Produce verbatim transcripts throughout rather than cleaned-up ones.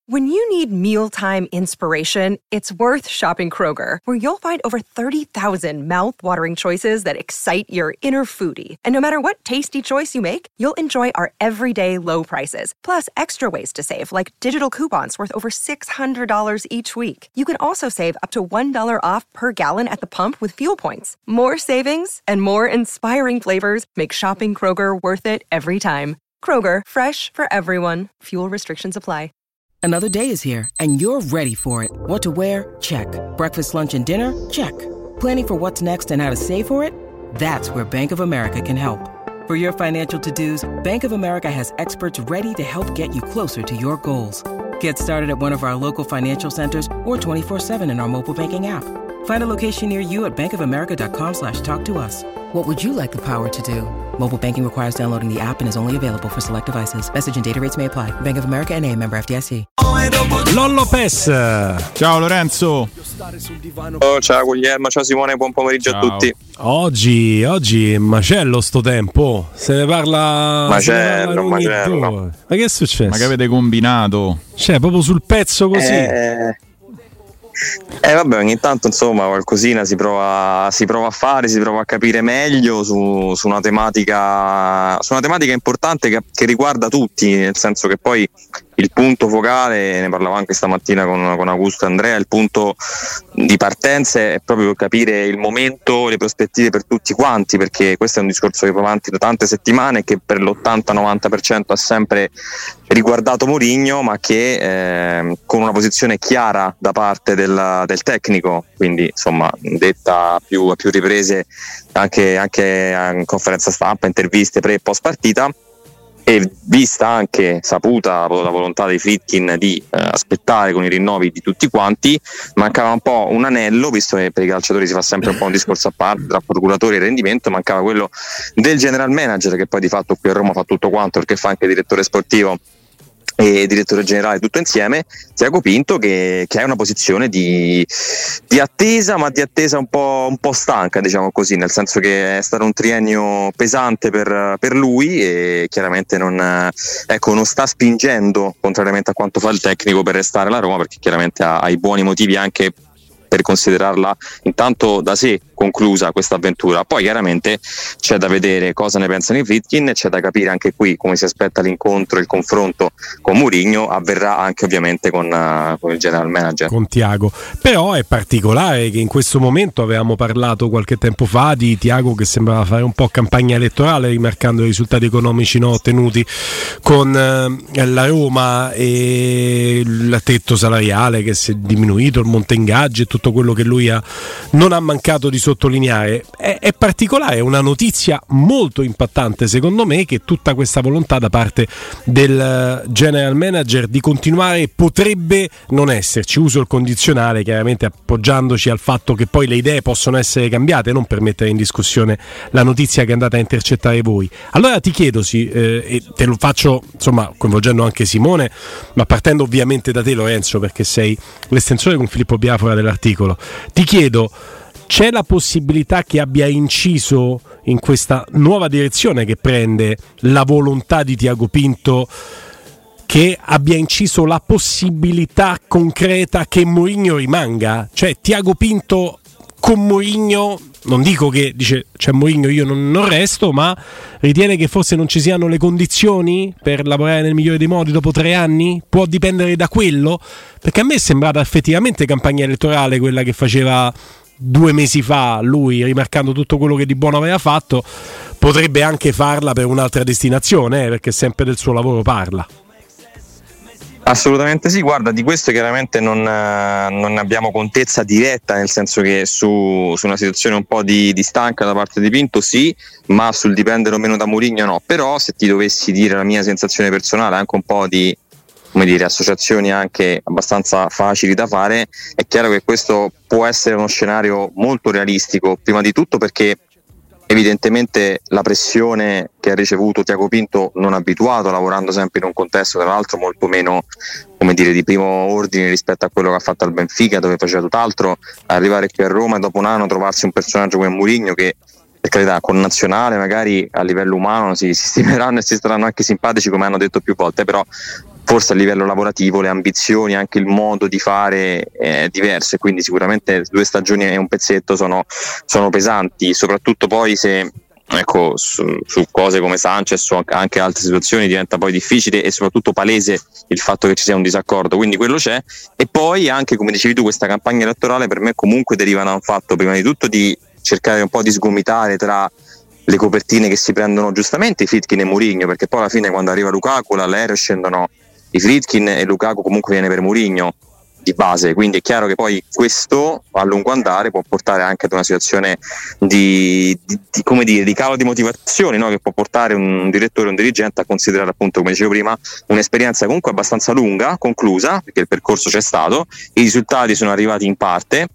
When you need mealtime inspiration, it's worth shopping Kroger, where you'll find over thirty thousand mouth-watering choices that excite your inner foodie. And no matter what tasty choice you make, you'll enjoy our everyday low prices, plus extra ways to save, like digital coupons worth over six hundred dollars each week. You can also save up to one dollar off per gallon at the pump with fuel points. More savings and more inspiring flavors make shopping Kroger worth it every time. Kroger, fresh for everyone. Fuel restrictions apply. Another day is here, and you're ready for it. What to wear? Check. Breakfast, lunch, and dinner? Check. Planning for what's next and how to save for it? That's where Bank of America can help. For your financial to-dos, Bank of America has experts ready to help get you closer to your goals. Get started at one of our local financial centers or twenty-four seven in our mobile banking app. Find a location near you at bankofamerica.com slash talk to us. What would you like the power to do? Mobile banking requires downloading the app and is only available for select devices. Message and data rates may apply. Bank of America N A, member F D I C. Lollo Pes. Ciao Lorenzo. Oh, ciao Guglielmo, ciao Simone, buon pomeriggio ciao. a tutti. Oggi, oggi è macello sto tempo. Se ne parla. Macello, se ne parla macello. Ma che è successo? Ma che avete combinato? Cioè, proprio sul pezzo così. Eh... Eh vabbè, ogni tanto insomma qualcosina si prova, si prova a fare, si prova a capire meglio su, su una tematica su una tematica importante che, che riguarda tutti, nel senso che poi il punto focale, ne parlavo anche stamattina con, con Augusto e Andrea, il punto di partenza è proprio capire il momento, le prospettive per tutti quanti, perché questo è un discorso che va avanti da tante settimane e che per l'ottanta novanta per cento ha sempre riguardato Mourinho, ma che eh, con una posizione chiara da parte del, del tecnico, quindi insomma detta a più, a più riprese anche, anche in conferenza stampa, interviste pre e post partita, e vista anche saputa la volontà dei Friedkin di eh, aspettare con i rinnovi di tutti quanti, mancava un po' un anello, visto che per i calciatori si fa sempre un po' un discorso a parte tra procuratori e rendimento, mancava quello del general manager, che poi di fatto qui a Roma fa tutto quanto, perché fa anche direttore sportivo e direttore generale tutto insieme, Tiago Pinto, che, che è una posizione di, di attesa, ma di attesa un po', un po' stanca, diciamo così, nel senso che è stato un triennio pesante per, per lui e chiaramente non, ecco, non sta spingendo, contrariamente a quanto fa il tecnico, per restare alla Roma, perché chiaramente ha, ha i buoni motivi anche per considerarla intanto da sé conclusa questa avventura. Poi chiaramente c'è da vedere cosa ne pensano i Friedkin, c'è da capire anche qui come si aspetta l'incontro, il confronto con Mourinho avverrà anche ovviamente con, uh, con il general manager, con Tiago. Però è particolare che in questo momento, avevamo parlato qualche tempo fa di Tiago che sembrava fare un po' campagna elettorale rimarcando i risultati economici non ottenuti con uh, la Roma e il tetto salariale che si è diminuito, il monte ingaggi e tutto quello che lui ha, non ha mancato di sottolineare. È, è particolare, è una notizia molto impattante secondo me, che tutta questa volontà da parte del general manager di continuare potrebbe non esserci, uso il condizionale chiaramente appoggiandoci al fatto che poi le idee possono essere cambiate, non per mettere in discussione la notizia che andate a intercettare voi. Allora ti chiedo, sì, eh, e te lo faccio insomma coinvolgendo anche Simone, ma partendo ovviamente da te Lorenzo, perché sei l'estensore con Filippo Biafora dell'articolo, ti chiedo: c'è la possibilità che abbia inciso in questa nuova direzione che prende la volontà di Tiago Pinto, che abbia inciso la possibilità concreta che Mourinho rimanga? Cioè Tiago Pinto con Mourinho, non dico che dice c'è Mourinho io non, non resto, ma ritiene che forse non ci siano le condizioni per lavorare nel migliore dei modi dopo tre anni? Può dipendere da quello? Perché a me è sembrata effettivamente campagna elettorale quella che faceva due mesi fa lui, rimarcando tutto quello che di buono aveva fatto. Potrebbe anche farla per un'altra destinazione, eh, perché sempre del suo lavoro parla. Assolutamente sì, guarda, di questo chiaramente non, non abbiamo contezza diretta, nel senso che su, su una situazione un po' di, di stanca da parte di Pinto sì, ma sul dipendere o meno da Mourinho no. Però se ti dovessi dire la mia sensazione personale, anche un po' di, come dire, associazioni anche abbastanza facili da fare, è chiaro che questo può essere uno scenario molto realistico, prima di tutto perché evidentemente la pressione che ha ricevuto Tiago Pinto, non abituato, lavorando sempre in un contesto tra l'altro molto meno, come dire, di primo ordine rispetto a quello che ha fatto al Benfica, dove faceva tutt'altro, arrivare qui a Roma e dopo un anno trovarsi un personaggio come Mourinho che, per carità, con nazionale magari a livello umano si, si stimeranno e si staranno anche simpatici, come hanno detto più volte, però forse a livello lavorativo le ambizioni, anche il modo di fare è diverso, e quindi sicuramente due stagioni e un pezzetto sono, sono pesanti, soprattutto poi se ecco su, su cose come Sanchez o anche altre situazioni diventa poi difficile e soprattutto palese il fatto che ci sia un disaccordo, quindi quello c'è. E poi anche, come dicevi tu, questa campagna elettorale per me comunque deriva da un fatto prima di tutto di cercare un po' di sgomitare tra le copertine che si prendono giustamente i Friedkin e Mourinho, perché poi alla fine quando arriva Lukaku dall'aereo scendono i Friedkin e Lukaku comunque viene per Mourinho di base, quindi è chiaro che poi questo a lungo andare può portare anche ad una situazione di, di, di come dire, di calo di motivazioni, no? Che può portare un direttore o un dirigente a considerare, appunto, come dicevo prima, un'esperienza comunque abbastanza lunga, conclusa, perché il percorso c'è stato, i risultati sono arrivati in parte.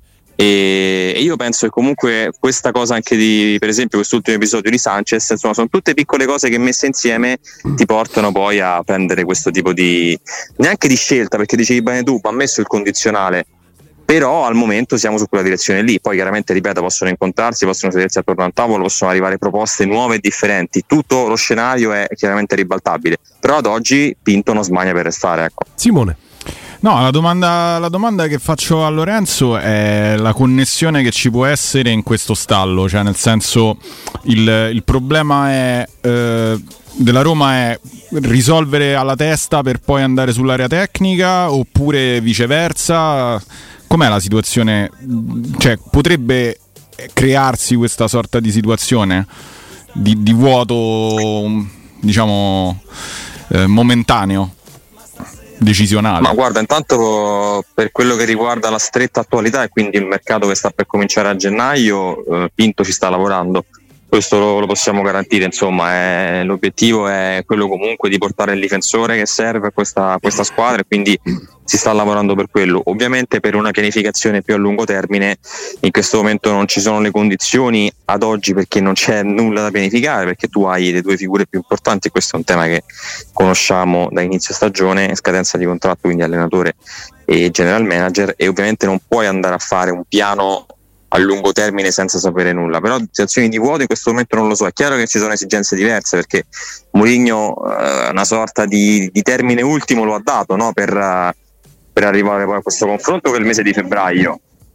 E io penso che comunque questa cosa anche di, per esempio, quest'ultimo episodio di Sanchez, insomma, sono tutte piccole cose che messe insieme ti portano poi a prendere questo tipo di, neanche di scelta, perché dicevi bene tu, ha messo il condizionale, però al momento siamo su quella direzione lì. Poi chiaramente, ripeto, possono incontrarsi, possono sedersi attorno a un tavolo, possono arrivare proposte nuove e differenti, tutto lo scenario è chiaramente ribaltabile, però ad oggi Pinto non smania per restare, ecco. Simone. No, la domanda, la domanda che faccio a Lorenzo è la connessione che ci può essere in questo stallo, cioè nel senso il, il problema è eh, della Roma è risolvere alla testa per poi andare sull'area tecnica, oppure viceversa? Com'è la situazione? Cioè, potrebbe crearsi questa sorta di situazione di, di vuoto, diciamo, eh, momentaneo, decisionale? Ma guarda, intanto per quello che riguarda la stretta attualità e quindi il mercato che sta per cominciare a gennaio, eh, Pinto ci sta lavorando, questo lo, lo possiamo garantire, insomma, è, l'obiettivo è quello comunque di portare il difensore che serve a questa, questa squadra, e quindi si sta lavorando per quello. Ovviamente per una pianificazione più a lungo termine in questo momento non ci sono le condizioni ad oggi, perché non c'è nulla da pianificare, perché tu hai le due figure più importanti, e questo è un tema che conosciamo da inizio stagione, scadenza di contratto, quindi allenatore e general manager, e ovviamente non puoi andare a fare un piano a lungo termine senza sapere nulla. Però situazioni di vuoto in questo momento non lo so. È chiaro che ci sono esigenze diverse, perché Mourinho eh, una sorta di, di termine ultimo lo ha dato, no? per, uh, per arrivare poi a questo confronto che è il mese di febbraio.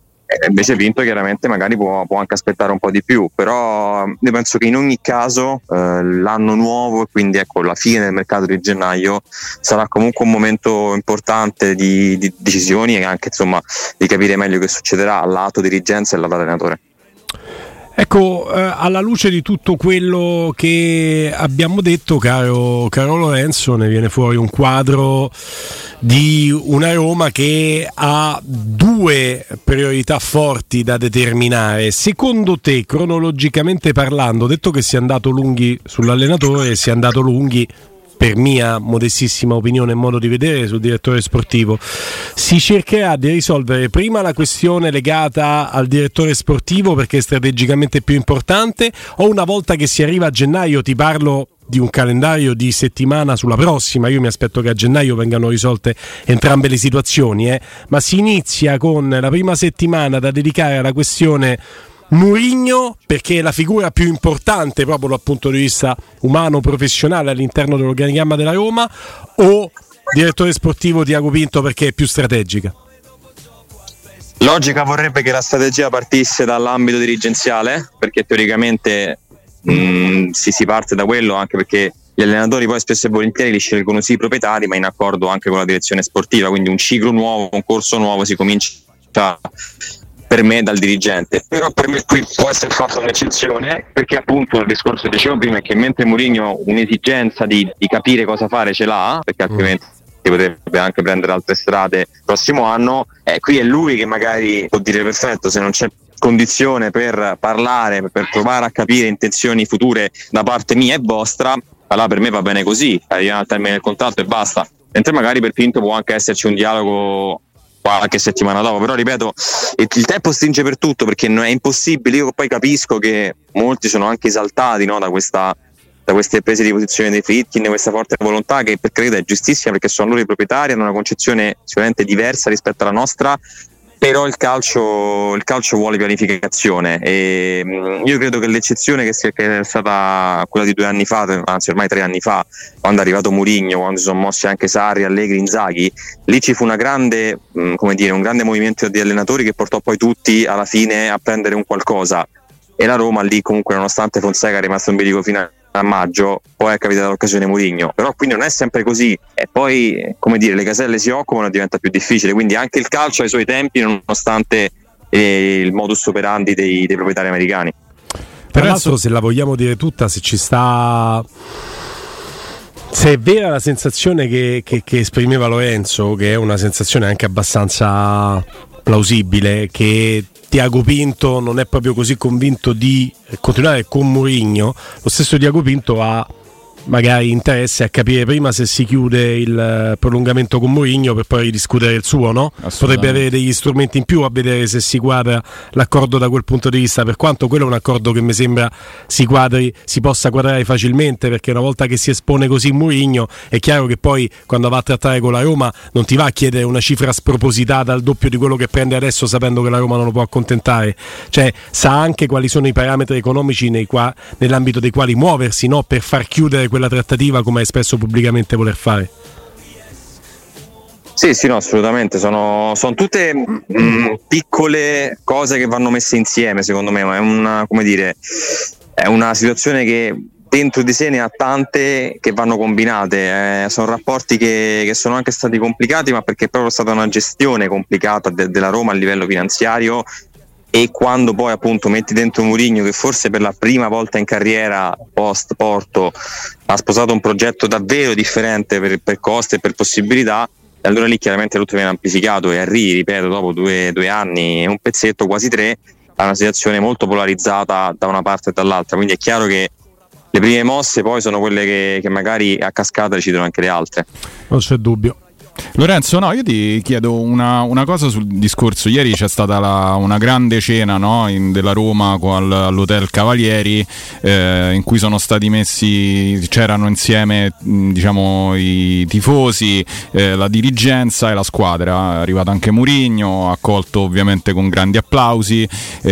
E invece Pinto chiaramente magari può, può anche aspettare un po' di più, però io penso che in ogni caso eh, l'anno nuovo, e quindi ecco la fine del mercato di gennaio, sarà comunque un momento importante di, di decisioni e anche, insomma, di capire meglio che succederà al lato dirigenza e al lato allenatore. Ecco, eh, alla luce di tutto quello che abbiamo detto, caro, caro Lorenzo, ne viene fuori un quadro di una Roma che ha due priorità forti da determinare. Secondo te, cronologicamente parlando, detto che si è andato lunghi sull'allenatore, si è andato lunghi, per mia modestissima opinione e modo di vedere, sul direttore sportivo, si cercherà di risolvere prima la questione legata al direttore sportivo, perché è strategicamente più importante, o una volta che si arriva a gennaio, ti parlo di un calendario di settimana sulla prossima, io mi aspetto che a gennaio vengano risolte entrambe le situazioni, eh? ma si inizia con la prima settimana da dedicare alla questione Mourinho, perché è la figura più importante proprio dal punto di vista umano, professionale all'interno dell'organigramma della Roma, o direttore sportivo Tiago Pinto perché è più strategica? Logica vorrebbe che la strategia partisse dall'ambito dirigenziale, perché teoricamente mh, si, si parte da quello, anche perché gli allenatori poi spesso e volentieri li scelgono sì i proprietari, ma in accordo anche con la direzione sportiva, quindi un ciclo nuovo, un corso nuovo si comincia per me dal dirigente. Però per me qui può essere fatta un'eccezione, perché appunto il discorso che dicevo prima è che mentre Mourinho un'esigenza di, di capire cosa fare ce l'ha, perché altrimenti mm. potrebbe anche prendere altre strade il prossimo anno, eh, qui è lui che magari può dire perfetto, se non c'è condizione per parlare, per provare a capire intenzioni future da parte mia e vostra, allora per me va bene così, arriviamo al termine del contratto e basta. Mentre magari per Pinto può anche esserci un dialogo qualche settimana dopo, però ripeto, il tempo stringe per tutto, perché non è impossibile. Io poi capisco che molti sono anche esaltati, no, da questa da queste prese di posizione dei Friedkin, questa forte volontà che per carità è giustissima, perché sono loro i proprietari, hanno una concezione sicuramente diversa rispetto alla nostra, però il calcio, il calcio vuole pianificazione e io credo che l'eccezione che, sia, che è stata quella di due anni fa, anzi ormai tre anni fa, quando è arrivato Mourinho, quando si sono mossi anche Sarri, Allegri, Inzaghi, lì ci fu una grande, come dire, un grande movimento di allenatori che portò poi tutti alla fine a prendere un qualcosa, e la Roma lì comunque, nonostante Fonseca è rimasto in bilico fino a maggio, poi è capitata l'occasione Mourinho, però quindi non è sempre così, e poi, come dire, le caselle si occupano e diventa più difficile, quindi anche il calcio ha i suoi tempi nonostante eh, il modus operandi dei, dei proprietari americani. Tra l'altro, se la vogliamo dire tutta, se ci sta, se è vera la sensazione che, che, che esprimeva Lorenzo, che è una sensazione anche abbastanza plausibile, che Tiago Pinto non è proprio così convinto di continuare con Mourinho, lo stesso Tiago Pinto ha magari interesse a capire prima se si chiude il prolungamento con Mourinho per poi discutere il suo, no? Potrebbe avere degli strumenti in più a vedere se si quadra l'accordo da quel punto di vista, per quanto quello è un accordo che mi sembra si quadri, si possa quadrare facilmente, perché una volta che si espone così Mourinho è chiaro che poi quando va a trattare con la Roma non ti va a chiedere una cifra spropositata al doppio di quello che prende adesso, sapendo che la Roma non lo può accontentare, cioè sa anche quali sono i parametri economici nei qua, nell'ambito dei quali muoversi, no? Per far chiudere quella trattativa, come ha espresso pubblicamente voler fare. Sì, sì, no, assolutamente, sono, sono tutte mh, piccole cose che vanno messe insieme, secondo me, ma è una, come dire, è una situazione che dentro di sé ne ha tante che vanno combinate, eh, sono rapporti che, che sono anche stati complicati, ma perché è proprio stata una gestione complicata de- della Roma a livello finanziario. E quando poi appunto metti dentro Mourinho, che forse per la prima volta in carriera post Porto ha sposato un progetto davvero differente per, per costi e per possibilità, e allora lì chiaramente tutto viene amplificato e arrivi, ripeto, dopo due, due anni e un pezzetto, quasi tre, a una situazione molto polarizzata da una parte e dall'altra, quindi è chiaro che le prime mosse poi sono quelle che, che magari a cascata decidono anche le altre. Non c'è dubbio. Lorenzo, no, io ti chiedo una, una cosa sul discorso. Ieri c'è stata la, una grande cena, no, in, della Roma con, all'Hotel Cavalieri, eh, in cui sono stati messi, c'erano insieme mh, diciamo i tifosi, eh, la dirigenza e la squadra. È arrivato anche Mourinho, accolto ovviamente con grandi applausi,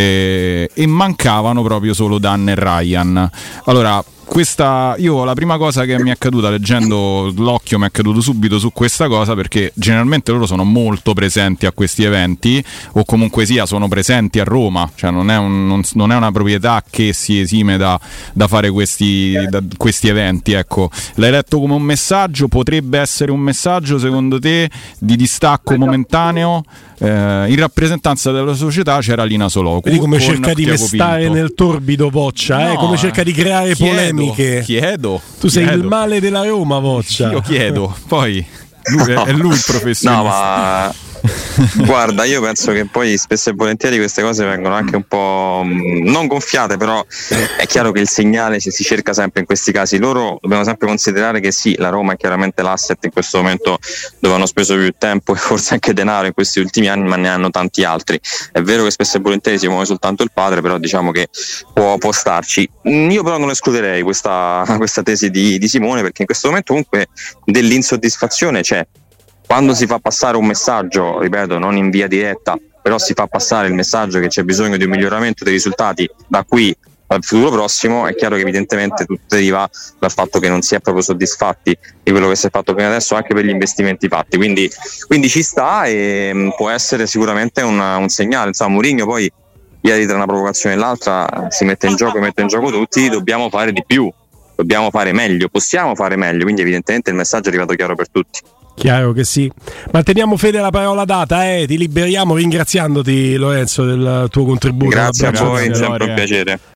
eh, e mancavano proprio solo Dan e Ryan. Allora, questa, io la prima cosa che mi è accaduta leggendo, l'occhio mi è accaduto subito su questa cosa, perché generalmente loro sono molto presenti a questi eventi, o comunque sia sono presenti a Roma, cioè non è, un, non, non è una proprietà che si esime da, da fare questi, da, questi eventi, ecco. L'hai letto come un messaggio? Potrebbe essere un messaggio secondo te di distacco momentaneo? Eh, in rappresentanza della società c'era Lina Solò. Vedi come cerca di mestare nel torbido Voccia, no, eh? Come cerca di creare chiedo, polemiche. Chiedo. Tu sei chiedo. il male della Roma, Voccia. Io chiedo, poi lui, no. è lui il professionista. No, ma guarda, io penso che poi spesso e volentieri queste cose vengono anche un po' mh, non gonfiate, però è chiaro che il segnale si, si cerca sempre in questi casi. Loro dobbiamo sempre considerare che sì, la Roma è chiaramente l'asset in questo momento dove hanno speso più tempo e forse anche denaro in questi ultimi anni, ma ne hanno tanti altri. È vero che spesso e volentieri si muove soltanto il padre, però diciamo che può, può starci. Io però non escluderei questa, questa tesi di, di Simone, perché in questo momento comunque dell'insoddisfazione c'è. Quando si fa passare un messaggio, ripeto, non in via diretta, però si fa passare il messaggio che c'è bisogno di un miglioramento dei risultati da qui al futuro prossimo, è chiaro che evidentemente tutto deriva dal fatto che non si è proprio soddisfatti di quello che si è fatto fino adesso, anche per gli investimenti fatti, quindi, quindi ci sta e mh, può essere sicuramente una, un segnale. Insomma, Mourinho poi ieri tra una provocazione e l'altra si mette in gioco e mette in gioco tutti, dobbiamo fare di più, dobbiamo fare meglio, possiamo fare meglio, quindi evidentemente il messaggio è arrivato chiaro per tutti. Chiaro che sì. Manteniamo fede alla parola data, eh? Ti liberiamo ringraziandoti, Lorenzo, del tuo contributo. Grazie a voi, sempre un piacere.